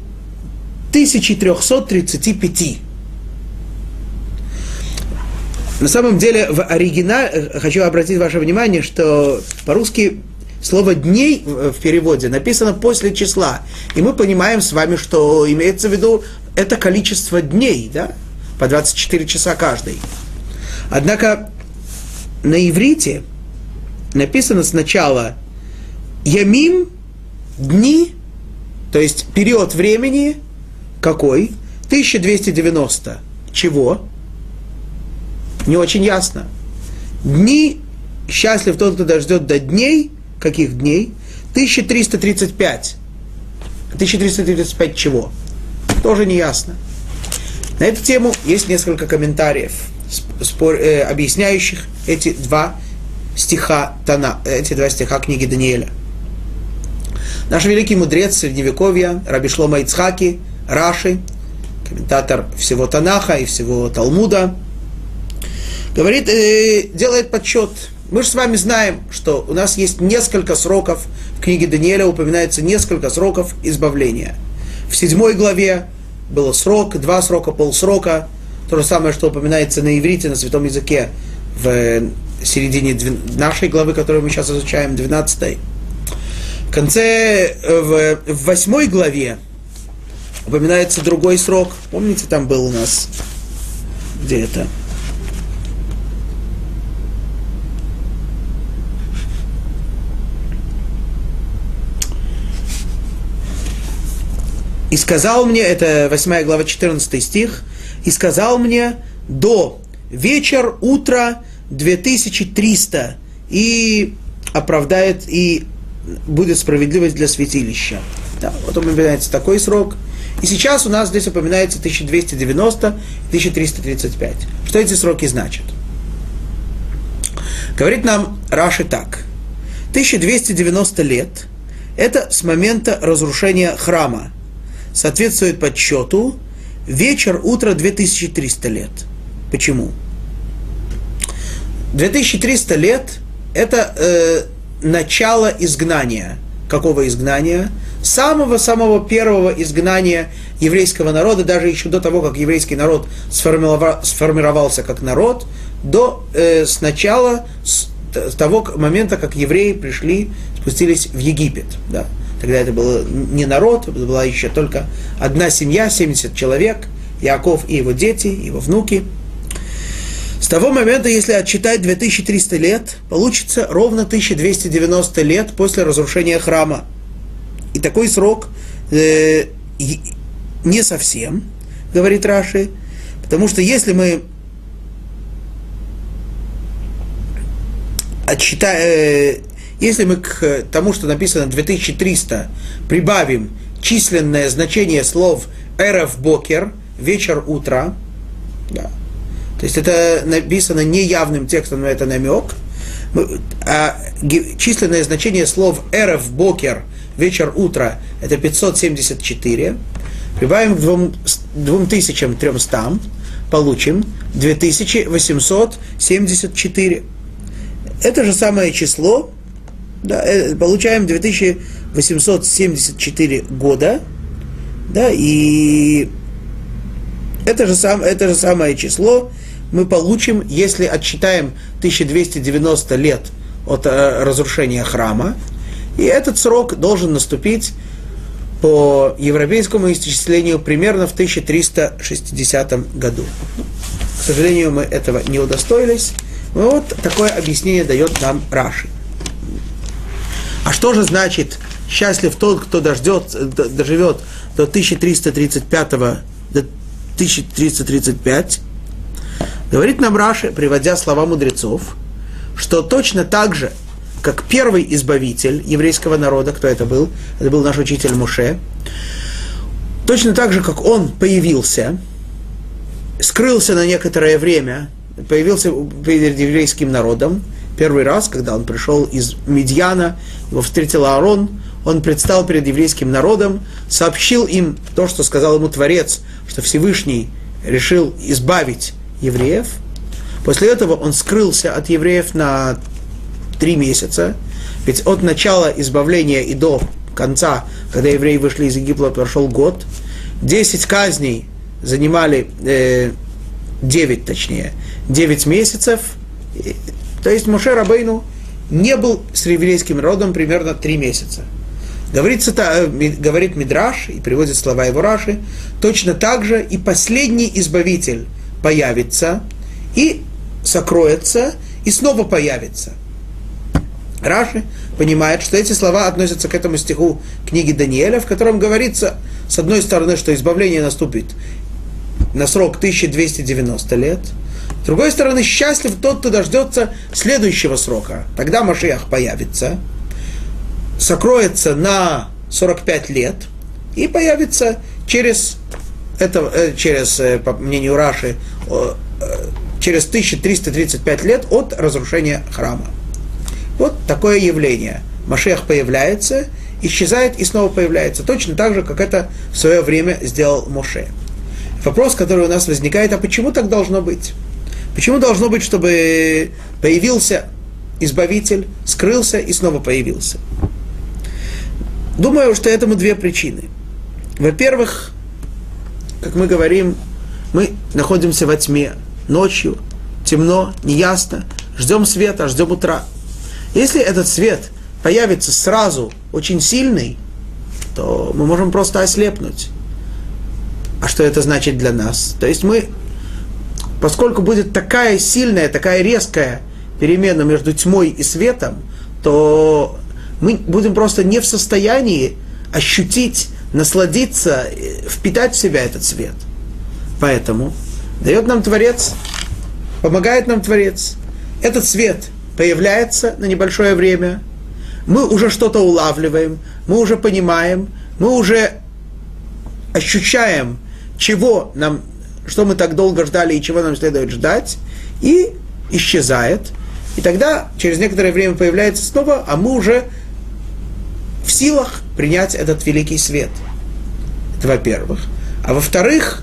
Speaker 1: 1335. На самом деле, в оригинале, хочу обратить ваше внимание, что по-русски слово «дней» в переводе написано после числа. И мы понимаем с вами, что имеется в виду это количество дней, да? По 24 часа каждый. Однако на иврите написано сначала «ямим», «дни», то есть период времени, какой? 1290. Чего? Не очень ясно. Дни, счастлив тот, кто дождет до дней. Каких дней? 1335. 1335 чего? Тоже не ясно. На эту тему есть несколько комментариев, объясняющих эти два стиха книги Даниэля. Наш великий мудрец Средневековья, Раби Шломо Ицхаки, Раши, комментатор всего Танаха и всего Талмуда, говорит, делает подсчет. Мы же с вами знаем, что у нас есть несколько сроков, в книге Даниэля упоминается несколько сроков избавления. В 7 главе было срок, 2 срока, полсрока, то же самое, что упоминается на иврите, на святом языке, в середине нашей главы, которую мы сейчас изучаем, 12. В конце, в 8 главе упоминается другой срок. Помните, там был у нас, где это? И сказал мне, это 8 глава, 14 стих, и сказал мне до вечер, утро 2300, и оправдает, и будет справедливость для святилища. Да, вот упоминается такой срок. И сейчас у нас здесь упоминается 1290, 1335. Что эти сроки значат? Говорит нам Раши так. 1290 лет – это с момента разрушения храма. Соответствует подсчету вечер, утро 2300 лет. Почему? 2300 лет – это начало изгнания. Какого изгнания? Самого-самого первого изгнания еврейского народа, даже еще до того, как еврейский народ сформировался как народ, с начала, с того момента, как евреи спустились в Египет. Да? Тогда это был не народ, это была еще только одна семья, 70 человек, Иаков и его дети, его внуки. С того момента, если отсчитать 2300 лет, получится ровно 1290 лет после разрушения храма. И такой срок не совсем, говорит Раши, потому что если мы если мы к тому, что написано 2300, прибавим численное значение слов «эрев бокер», «вечер, утро», да, то есть это написано неявным текстом, но это намек, а численное значение слов «эрев бокер», «вечер, утро» – это 574, прибавим к 2300, получим 2874. Это же самое число, да, получаем 2874 года, да, и это же самое число мы получим, если отсчитаем 1290 лет от разрушения храма, и этот срок должен наступить по европейскому исчислению примерно в 1360 году. К сожалению, мы этого не удостоились. Вот такое объяснение дает нам Раши. А что же значит счастлив тот, кто доживет до 1335, говорит нам Раши, приводя слова мудрецов, что точно так же, как первый избавитель еврейского народа, кто это был? Это был наш учитель Моше. Точно так же, как он появился, скрылся на некоторое время, появился перед еврейским народом, первый раз, когда он пришел из Медьяна, его встретил Аарон, он предстал перед еврейским народом, сообщил им то, что сказал ему Творец, что Всевышний решил избавить евреев. После этого он скрылся от евреев на 3 месяца, ведь от начала избавления и до конца, когда евреи вышли из Египта, прошел год. 10 казней занимали 9 месяцев. То есть Моше Рабейну не был с еврейским народом примерно 3 месяца. Говорит Мидраш, и приводит слова его Раши, точно так же и последний избавитель появится, и сокроется, и снова появится. Раши понимает, что эти слова относятся к этому стиху книги Даниэля, в котором говорится, с одной стороны, что избавление наступит на срок 1290 лет, с другой стороны, счастлив тот, кто дождется следующего срока. Тогда Машиах появится, сокроется на 45 лет и появится по мнению Раши, через 1335 лет от разрушения храма. Вот такое явление. Машиах появляется, исчезает и снова появляется. Точно так же, как это в свое время сделал Моше. Вопрос, который у нас возникает, а почему так должно быть? Почему должно быть, чтобы появился избавитель, скрылся и снова появился? Думаю, что этому 2 причины. Во-первых, как мы говорим, мы находимся во тьме, ночью, темно, неясно, ждем света, ждем утра. Если этот свет появится сразу, очень сильный, то мы можем просто ослепнуть. А что это значит для нас? То есть поскольку будет такая сильная, такая резкая перемена между тьмой и светом, то мы будем просто не в состоянии ощутить, насладиться, впитать в себя этот свет. Поэтому дает нам Творец, помогает нам Творец. Этот свет появляется на небольшое время, мы уже что-то улавливаем, мы уже понимаем, мы уже ощущаем, что мы так долго ждали и чего нам следует ждать, и исчезает. И тогда через некоторое время появляется снова, а мы уже в силах принять этот великий свет. Это во-первых. А во-вторых,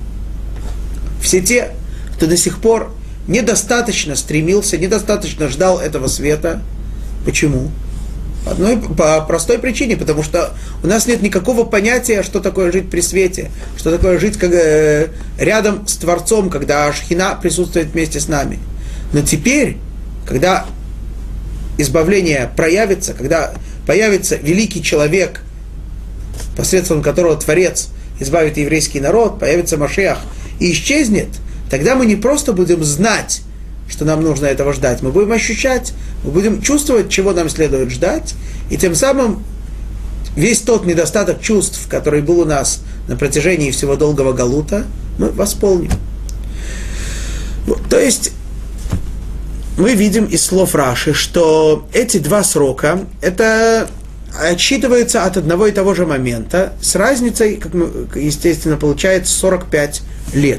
Speaker 1: все те, кто до сих пор недостаточно стремился, недостаточно ждал этого света. Почему? По простой причине, потому что у нас нет никакого понятия, что такое жить при свете, что такое жить рядом с Творцом, когда Шхина присутствует вместе с нами. Но теперь, когда избавление проявится, когда появится великий человек, посредством которого Творец избавит еврейский народ, появится Машиах и исчезнет, тогда мы не просто будем знать, что нам нужно этого ждать, мы будем ощущать, мы будем чувствовать, чего нам следует ждать, и тем самым весь тот недостаток чувств, который был у нас на протяжении всего долгого галута, мы восполним. То есть мы видим из слов Раши, что эти 2 срока, это отсчитывается от одного и того же момента, с разницей, как естественно, получается 45 лет.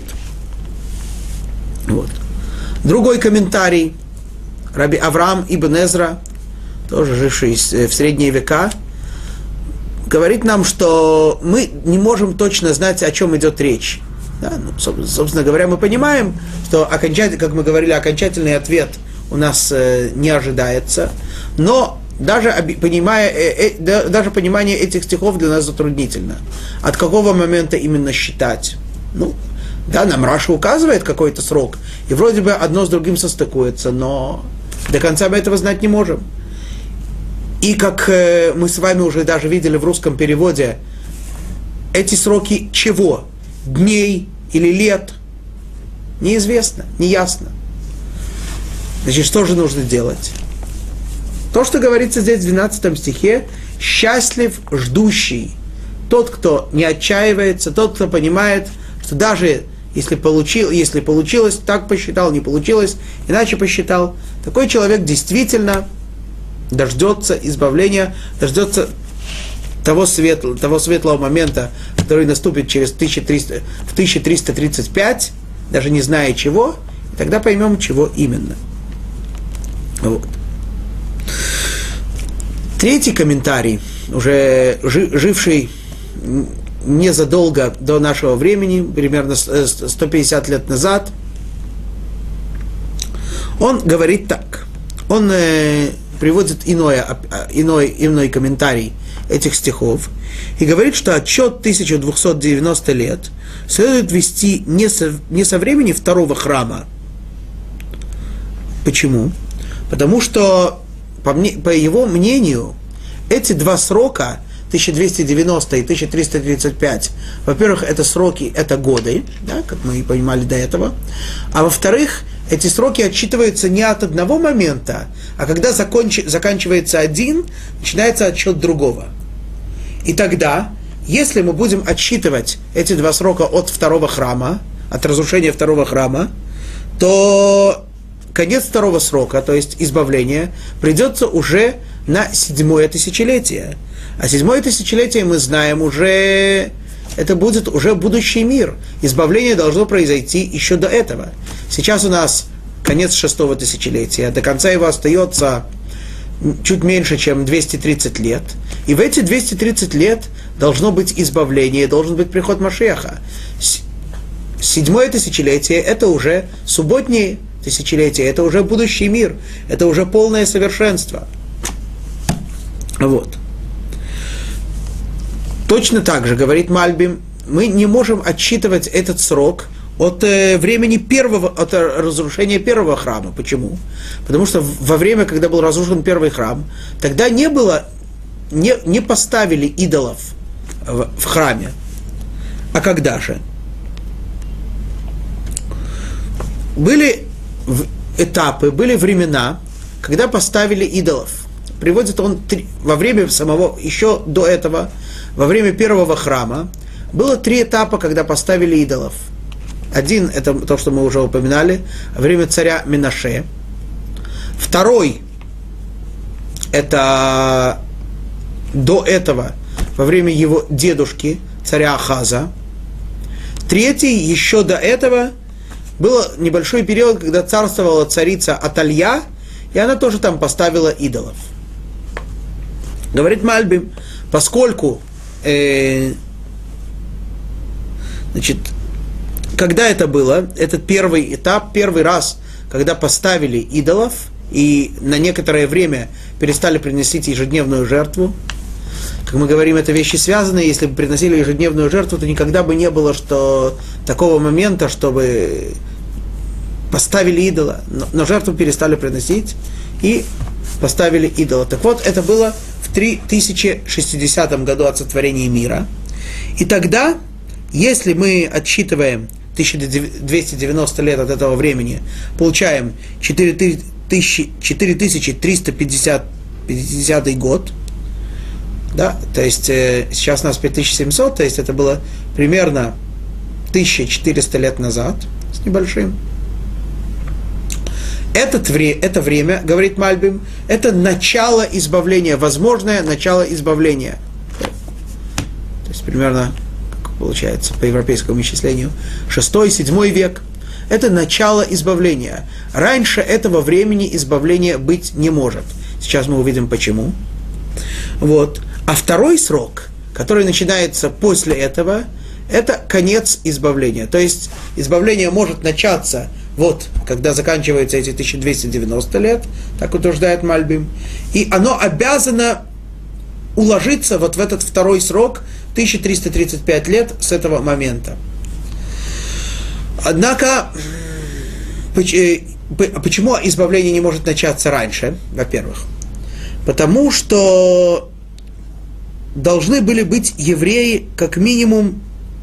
Speaker 1: Вот. Другой комментарий, Раби Авраам ибн Эзра, тоже живший в средние века, говорит нам, что мы не можем точно знать, о чем идет речь. Да? Собственно говоря, мы понимаем, что, как мы говорили, окончательный ответ у нас не ожидается, но даже понимание этих стихов для нас затруднительно. От какого момента именно считать? Нам Раша указывает какой-то срок, и вроде бы одно с другим состыкуется, но до конца мы этого знать не можем. И как мы с вами уже даже видели в русском переводе, эти сроки чего? Дней или лет? Неизвестно, неясно. Значит, что же нужно делать? То, что говорится здесь в 12 стихе, счастлив ждущий, тот, кто не отчаивается, тот, кто понимает, что даже если получилось, так посчитал, не получилось, иначе посчитал, такой человек действительно дождется избавления, дождется того светлого момента, который наступит в 1335, даже не зная чего, и тогда поймем, чего именно. Вот. Третий комментарий, уже живший незадолго до нашего времени, примерно 150 лет назад, он говорит так. Он приводит иной комментарий этих стихов и говорит, что отчет 1290 лет следует вести не со времени второго храма. Почему? Потому что, по его мнению, эти два срока, 1290 и 1335, во-первых, это сроки, это годы, да, как мы и понимали до этого, а во-вторых, эти сроки отсчитываются не от одного момента, а когда заканчивается один, начинается отсчет другого. И тогда, если мы будем отсчитывать эти два срока от второго храма, от разрушения второго храма, то конец второго срока, то есть избавление, придется уже на 7-е тысячелетие. А 7-е тысячелетие, мы знаем, уже это будет уже будущий мир. Избавление должно произойти еще до этого. Сейчас у нас конец 6-го тысячелетия, до конца его остается чуть меньше, чем 230 лет. И в эти 230 лет должно быть избавление, должен быть приход Машиаха. 7-е тысячелетие – это уже субботнее тысячелетие, это уже будущий мир, это уже полное совершенство. Вот. Точно так же, говорит Мальбим, мы не можем отсчитывать этот срок от времени от разрушения первого храма. Почему? Потому что во время, когда был разрушен первый храм, тогда не поставили идолов в храме. А когда же? Были этапы, были времена, когда поставили идолов. Приводит он во время самого, еще до этого, во время первого храма, было 3 этапа, когда поставили идолов. Один, это то, что мы уже упоминали, во время царя Менаше. Второй, это до этого, во время его дедушки, царя Ахаза. Третий, еще до этого, был небольшой период, когда царствовала царица Аталья, и она тоже там поставила идолов. Говорит Мальбим, поскольку, когда это было, этот первый этап, первый раз, когда поставили идолов, и на некоторое время перестали приносить ежедневную жертву, как мы говорим, это вещи связанные, если бы приносили ежедневную жертву, то никогда бы не было такого момента, чтобы поставили идола, но жертву перестали приносить и поставили идола. Так вот, это было в 3060 году от сотворения мира. И тогда, если мы отсчитываем 1290 лет от этого времени, получаем 4350 год, да, то есть сейчас у нас 5700, то есть это было примерно 1400 лет назад с небольшим. Это время, говорит Мальбим, это начало избавления, возможное начало избавления. То есть примерно, как получается, по европейскому исчислению, 6-7 век. Это начало избавления. Раньше этого времени избавления быть не может. Сейчас мы увидим почему. Вот. А второй срок, который начинается после этого, это конец избавления. То есть избавление может начаться вот, когда заканчиваются эти 1290 лет, так утверждает Мальбим, и оно обязано уложиться вот в этот второй срок, 1335 лет с этого момента. Однако, почему избавление не может начаться раньше, во-первых? Потому что должны были быть евреи как минимум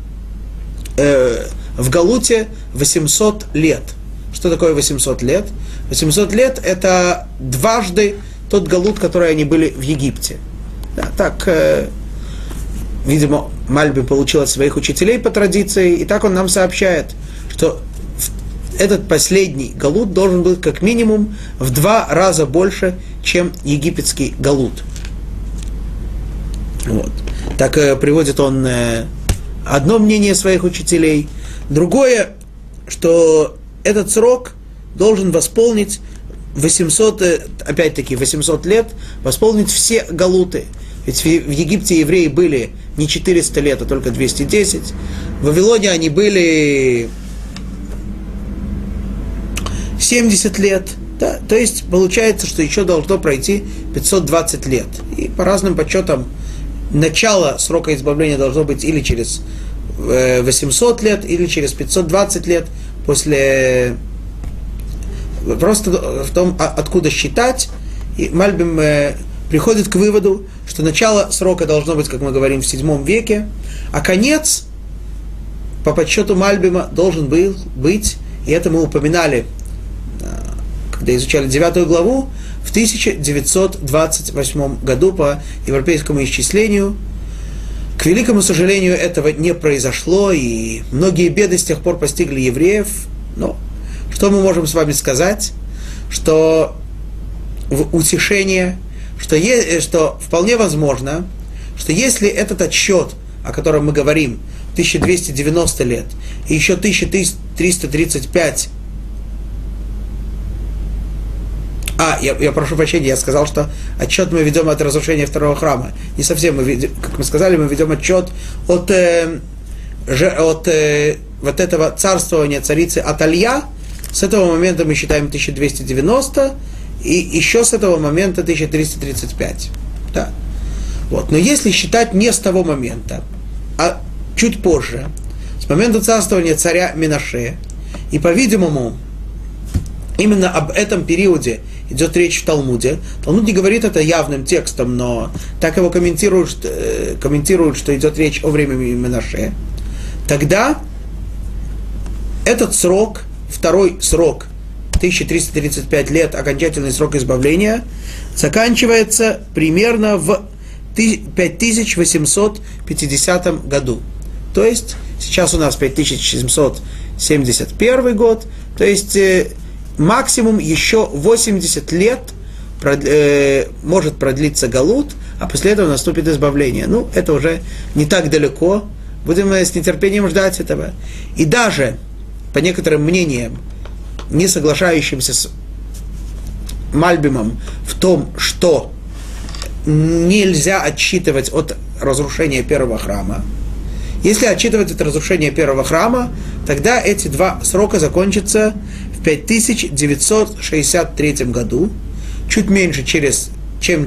Speaker 1: в Галуте 800 лет. Что такое 800 лет? 800 лет – это дважды тот галут, который они были в Египте. Да, так, видимо, Мальбим получил от своих учителей по традиции, и так он нам сообщает, что этот последний галут должен быть как минимум в 2 раза больше, чем египетский галут. Вот. Так приводит он одно мнение своих учителей. Другое, что этот срок должен восполнить 800 лет, восполнить все галуты. Ведь в Египте евреи были не 400 лет, а только 210. В Вавилоне они были 70 лет. Да? То есть получается, что еще должно пройти 520 лет. И по разным подсчетам начало срока избавления должно быть или через 800 лет, или через 520 лет после... Просто в том, откуда считать. И Мальбим приходит к выводу, что начало срока должно быть, как мы говорим, в 7 веке, а конец, по подсчету Мальбима, должен был быть, и это мы упоминали, когда изучали 9 главу, в 1928 году по европейскому исчислению. К великому сожалению, этого не произошло, и многие беды с тех пор постигли евреев. Но что мы можем с вами сказать? Что в утешение, что вполне возможно, что если этот отсчет, о котором мы говорим, 1290 лет, и еще 1335. Я прошу прощения, я сказал, что отчет мы ведем от разрушения второго храма. Не совсем, как мы сказали, мы ведем отчет от вот этого царствования царицы Аталья. С этого момента мы считаем 1290, и еще с этого момента 1335. Да. Вот. Но если считать не с того момента, а чуть позже, с момента царствования царя Менаше, и, по-видимому, именно об этом периоде идет речь в Талмуде. Талмуд не говорит это явным текстом, но так его комментируют, что идет речь о времени Менаше. Тогда этот срок, второй срок, 1335 лет, окончательный срок избавления, заканчивается примерно в 5850 году. То есть, сейчас у нас 5771 год, то есть максимум еще 80 лет может продлиться галут, а после этого наступит избавление. Ну, это уже не так далеко, будем с нетерпением ждать этого. И даже, по некоторым мнениям, не соглашающимся с Мальбимом в том, что нельзя отсчитывать от разрушения первого храма. Если отсчитывать от разрушения первого храма, тогда эти 2 срока закончатся в 5963 году, чуть меньше, чем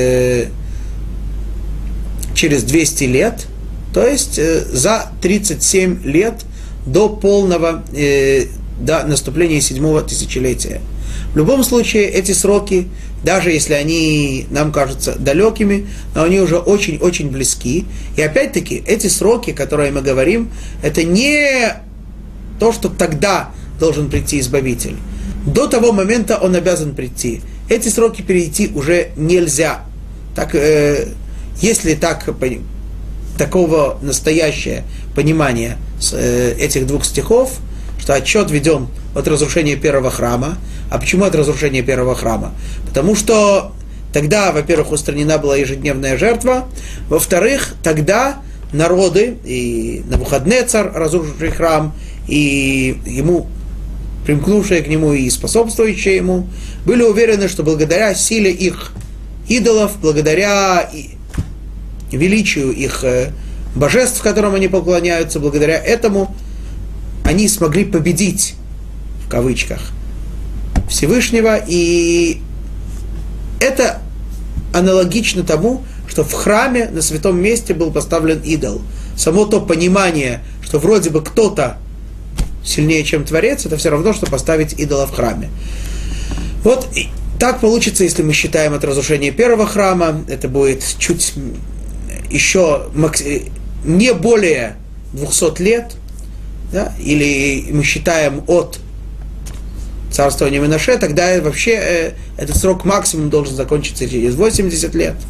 Speaker 1: через 200 лет, то есть за 37 лет до полного, до наступления 7-го тысячелетия. В любом случае, эти сроки, даже если они нам кажутся далекими, но они уже очень-очень близки. И опять-таки, эти сроки, которые мы говорим, это не то, что тогда должен прийти Избавитель. До того момента он обязан прийти. Эти сроки перейти уже нельзя. Так, если такого настоящее понимание этих 2 стихов, что отчет ведем от разрушения первого храма. А почему от разрушения первого храма? Потому что тогда, во-первых, устранена была ежедневная жертва, во-вторых, тогда народы, и Навуходнецар, разрушивший храм, и ему, примкнувшие к нему и способствующие ему, были уверены, что благодаря силе их идолов, благодаря величию их божеств, которым они поклоняются, благодаря этому они смогли победить, в кавычках, Всевышнего, и это аналогично тому, что в храме на святом месте был поставлен идол. Само то понимание, что вроде бы кто-то сильнее, чем Творец, это все равно, что поставить идола в храме. Вот так получится, если мы считаем от разрушения первого храма, это будет чуть еще не более 200 лет, да? Или мы считаем от царствования Менаше, тогда вообще этот срок максимум должен закончиться через 80 лет.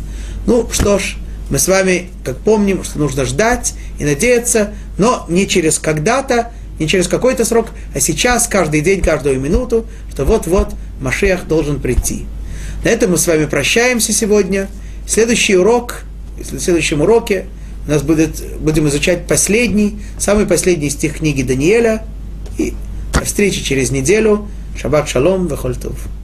Speaker 1: Ну что ж, мы с вами, как помним, что нужно ждать и надеяться, но не через когда-то, не через какой-то срок, а сейчас, каждый день, каждую минуту, что вот-вот Машиах должен прийти. На этом мы с вами прощаемся сегодня. В следующем уроке у нас будем изучать самый последний стих книги Даниэля. И до встречи через неделю. Шаббат шалом вехоль тов.